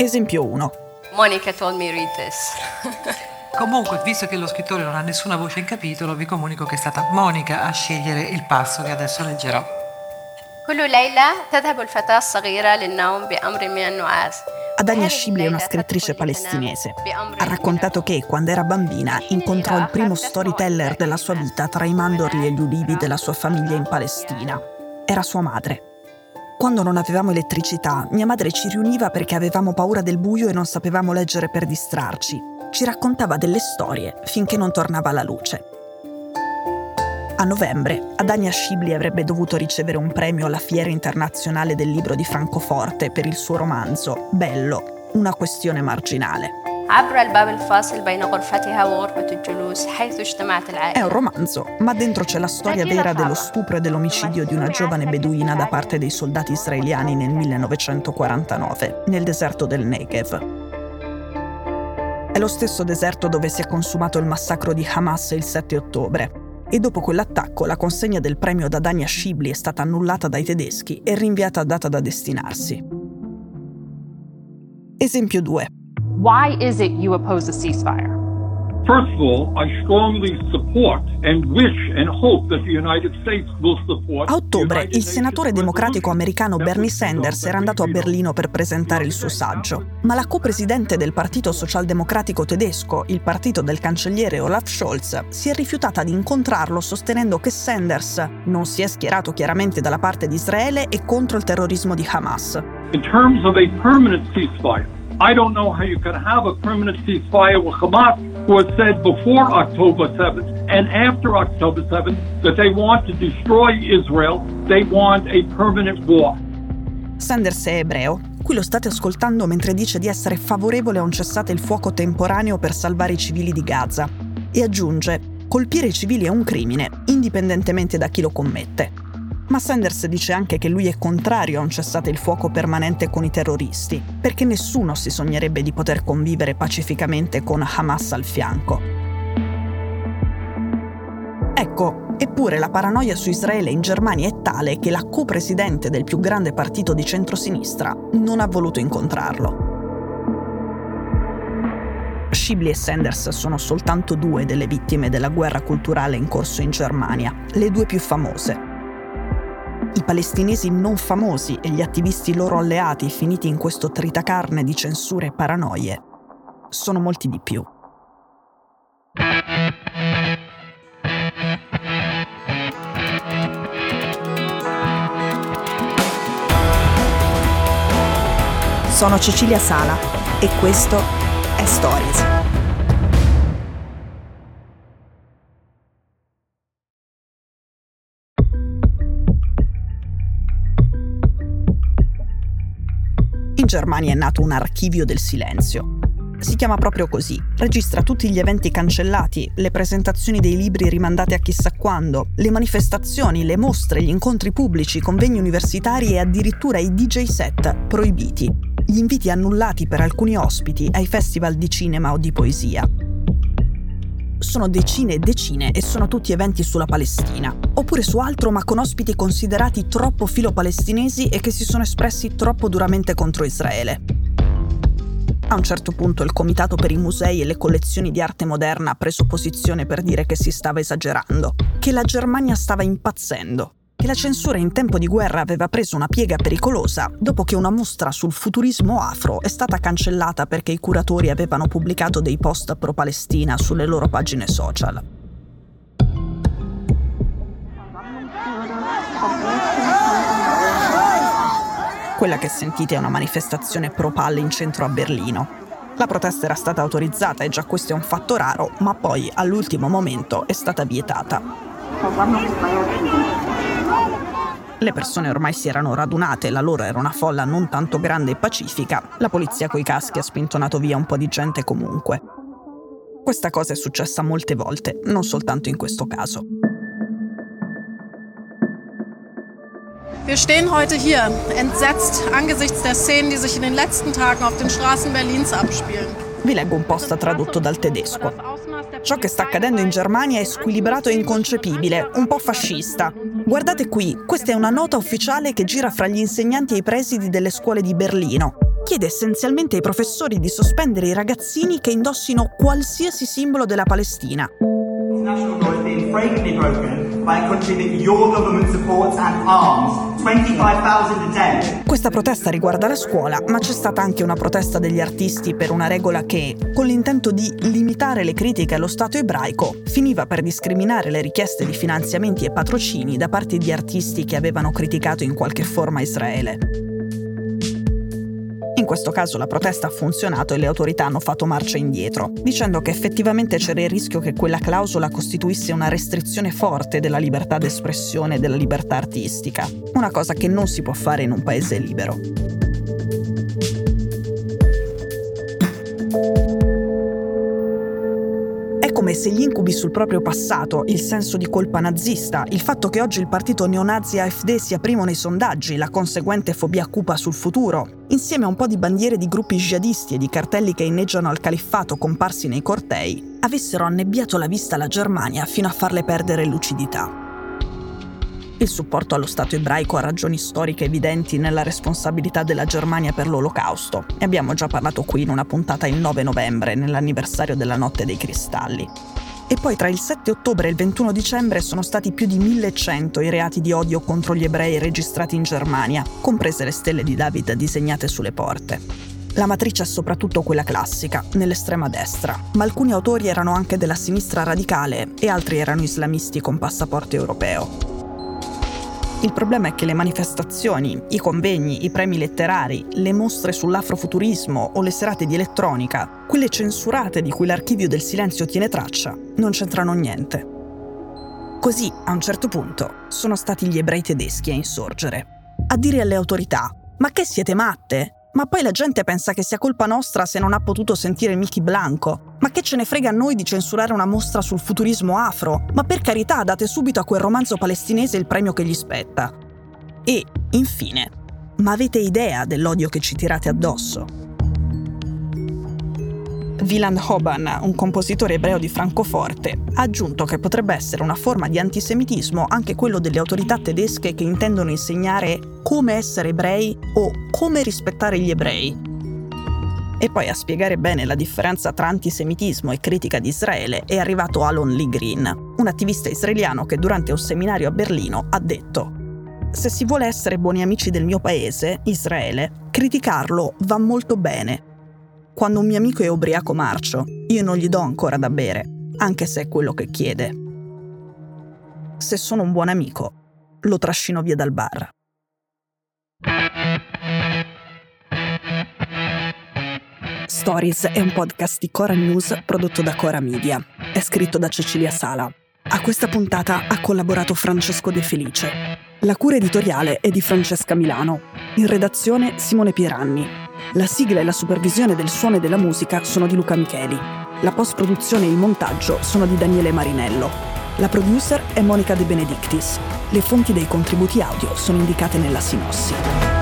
Esempio 1. Monica told me read this. Comunque, visto che lo scrittore non ha nessuna voce in capitolo, vi comunico che è stata Monica a scegliere il passo che adesso leggerò. كل ليلة تذهب الفتاة الصغيرة للنوم بأمر من النعاس. Adania Shibli è una scrittrice palestinese. Ha raccontato che, quando era bambina, incontrò il primo storyteller della sua vita tra i mandorli e gli ulivi della sua famiglia in Palestina. Era sua madre. Quando non avevamo elettricità, mia madre ci riuniva perché avevamo paura del buio e non sapevamo leggere per distrarci. Ci raccontava delle storie finché non tornava la luce. A novembre, Adania Shibli avrebbe dovuto ricevere un premio alla Fiera Internazionale del Libro di Francoforte per il suo romanzo Bello, una questione marginale. È un romanzo, ma dentro c'è la storia vera dello stupro e dell'omicidio di una giovane beduina da parte dei soldati israeliani nel 1949, nel deserto del Negev. È lo stesso deserto dove si è consumato il massacro di Hamas il 7 ottobre. E dopo quell'attacco la consegna del premio ad Adania Shibli è stata annullata dai tedeschi e rinviata a data da destinarsi. Esempio 2. Why is it you oppose a ceasefire? First of all, I strongly support and wish and hope that the United States will support. A ottobre, il senatore democratico americano Bernie Sanders era andato a Berlino per presentare il suo saggio, ma la copresidente del partito socialdemocratico tedesco, il partito del cancelliere Olaf Scholz, si è rifiutata di incontrarlo sostenendo che Sanders non si è schierato chiaramente dalla parte di Israele e contro il terrorismo di Hamas. In terms of a permanent ceasefire, I don't know how you can have a permanent ceasefire with Hamas, who has said before October 7th and after October 7th that they want to destroy Israel, they want a permanent war. Sanders è ebreo. Qui lo state ascoltando mentre dice di essere favorevole a un cessate il fuoco temporaneo per salvare i civili di Gaza. E aggiunge: colpire i civili è un crimine, indipendentemente da chi lo commette. Ma Sanders dice anche che lui è contrario a un cessate il fuoco permanente con i terroristi, perché nessuno si sognerebbe di poter convivere pacificamente con Hamas al fianco. Ecco, eppure la paranoia su Israele in Germania è tale che la copresidente del più grande partito di centrosinistra non ha voluto incontrarlo. Shibli e Sanders sono soltanto due delle vittime della guerra culturale in corso in Germania, le due più famose. I palestinesi non famosi e gli attivisti loro alleati finiti in questo tritacarne di censure e paranoie sono molti di più. Sono Cecilia Sala e questo è Stories. In Germania è nato un archivio del silenzio. Si chiama proprio così. Registra tutti gli eventi cancellati, le presentazioni dei libri rimandate a chissà quando, le manifestazioni, le mostre, gli incontri pubblici, i convegni universitari e addirittura i DJ set proibiti. Gli inviti annullati per alcuni ospiti ai festival di cinema o di poesia. Sono decine e decine e sono tutti eventi sulla Palestina, oppure su altro ma con ospiti considerati troppo filo-palestinesi e che si sono espressi troppo duramente contro Israele. A un certo punto il Comitato per i musei e le collezioni di arte moderna ha preso posizione per dire che si stava esagerando, che la Germania stava impazzendo, che la censura in tempo di guerra aveva preso una piega pericolosa dopo che una mostra sul futurismo afro è stata cancellata perché i curatori avevano pubblicato dei post pro-Palestina sulle loro pagine social. Quella che sentite è una manifestazione pro-Pal in centro a Berlino. La protesta era stata autorizzata e già questo è un fatto raro, ma poi all'ultimo momento è stata vietata. Le persone ormai si erano radunate, la loro era una folla non tanto grande e pacifica, la polizia coi caschi ha spintonato via un po' di gente comunque. Questa cosa è successa molte volte, non soltanto in questo caso. Wir stehen heute hier, entsetzt angesichts der Szenen, die sich in den letzten Tagen auf den Straßen Berlins abspielen. Vi leggo un post tradotto dal tedesco. Ciò che sta accadendo in Germania è squilibrato e inconcepibile, un po' fascista. Guardate qui, questa è una nota ufficiale che gira fra gli insegnanti e i presidi delle scuole di Berlino. chiede essenzialmente ai professori di sospendere i ragazzini che indossino qualsiasi simbolo della Palestina. International law is being flagrantly broken by a country that your government supports and arms. 25,000 a day. Questa protesta riguarda la scuola, ma c'è stata anche una protesta degli artisti per una regola che, con l'intento di limitare le critiche allo Stato ebraico, finiva per discriminare le richieste di finanziamenti e patrocini da parte di artisti che avevano criticato in qualche forma Israele. In questo caso la protesta ha funzionato e le autorità hanno fatto marcia indietro, dicendo che effettivamente c'era il rischio che quella clausola costituisse una restrizione forte della libertà d'espressione e della libertà artistica, una cosa che non si può fare in un paese libero. È come se gli incubi sul proprio passato, il senso di colpa nazista, il fatto che oggi il partito neonazi AfD sia primo nei sondaggi, la conseguente fobia cupa sul futuro, insieme a un po' di bandiere di gruppi jihadisti e di cartelli che inneggiano al califfato comparsi nei cortei, avessero annebbiato la vista alla Germania fino a farle perdere lucidità. Il supporto allo Stato ebraico ha ragioni storiche evidenti nella responsabilità della Germania per l'Olocausto. Ne abbiamo già parlato qui in una puntata il 9 novembre, nell'anniversario della Notte dei Cristalli. E poi tra il 7 ottobre e il 21 dicembre sono stati più di 1100 i reati di odio contro gli ebrei registrati in Germania, comprese le stelle di David disegnate sulle porte. La matrice è soprattutto quella classica, nell'estrema destra, ma alcuni autori erano anche della sinistra radicale e altri erano islamisti con passaporto europeo. Il problema è che le manifestazioni, i convegni, i premi letterari, le mostre sull'afrofuturismo o le serate di elettronica, quelle censurate di cui l'Archivio del Silenzio tiene traccia, non c'entrano niente. Così, a un certo punto, sono stati gli ebrei tedeschi a insorgere, a dire alle autorità: «Ma che siete matte? Ma poi la gente pensa che sia colpa nostra se non ha potuto sentire Mickey Blanco. Ma che ce ne frega a noi di censurare una mostra sul futurismo afro? Ma per carità, date subito a quel romanzo palestinese il premio che gli spetta». E, infine, ma avete idea dell'odio che ci tirate addosso? Wieland Hoban, un compositore ebreo di Francoforte, ha aggiunto che potrebbe essere una forma di antisemitismo anche quello delle autorità tedesche che intendono insegnare come essere ebrei o come rispettare gli ebrei. E poi a spiegare bene la differenza tra antisemitismo e critica di Israele è arrivato Alon Lee Green, un attivista israeliano che durante un seminario a Berlino ha detto: «Se si vuole essere buoni amici del mio paese, Israele, criticarlo va molto bene. Quando un mio amico è ubriaco marcio, io non gli do ancora da bere, anche se è quello che chiede. Se sono un buon amico, lo trascino via dal bar». Stories è un podcast di Cora News prodotto da Cora Media. È scritto da Cecilia Sala. A questa puntata ha collaborato Francesco De Felice. La cura editoriale è di Francesca Milano. In redazione Simone Pieranni. La sigla e la supervisione del suono e della musica sono di Luca Micheli. La post-produzione e il montaggio sono di Daniele Marinello. La producer è Monica De Benedictis. Le fonti dei contributi audio sono indicate nella sinossi.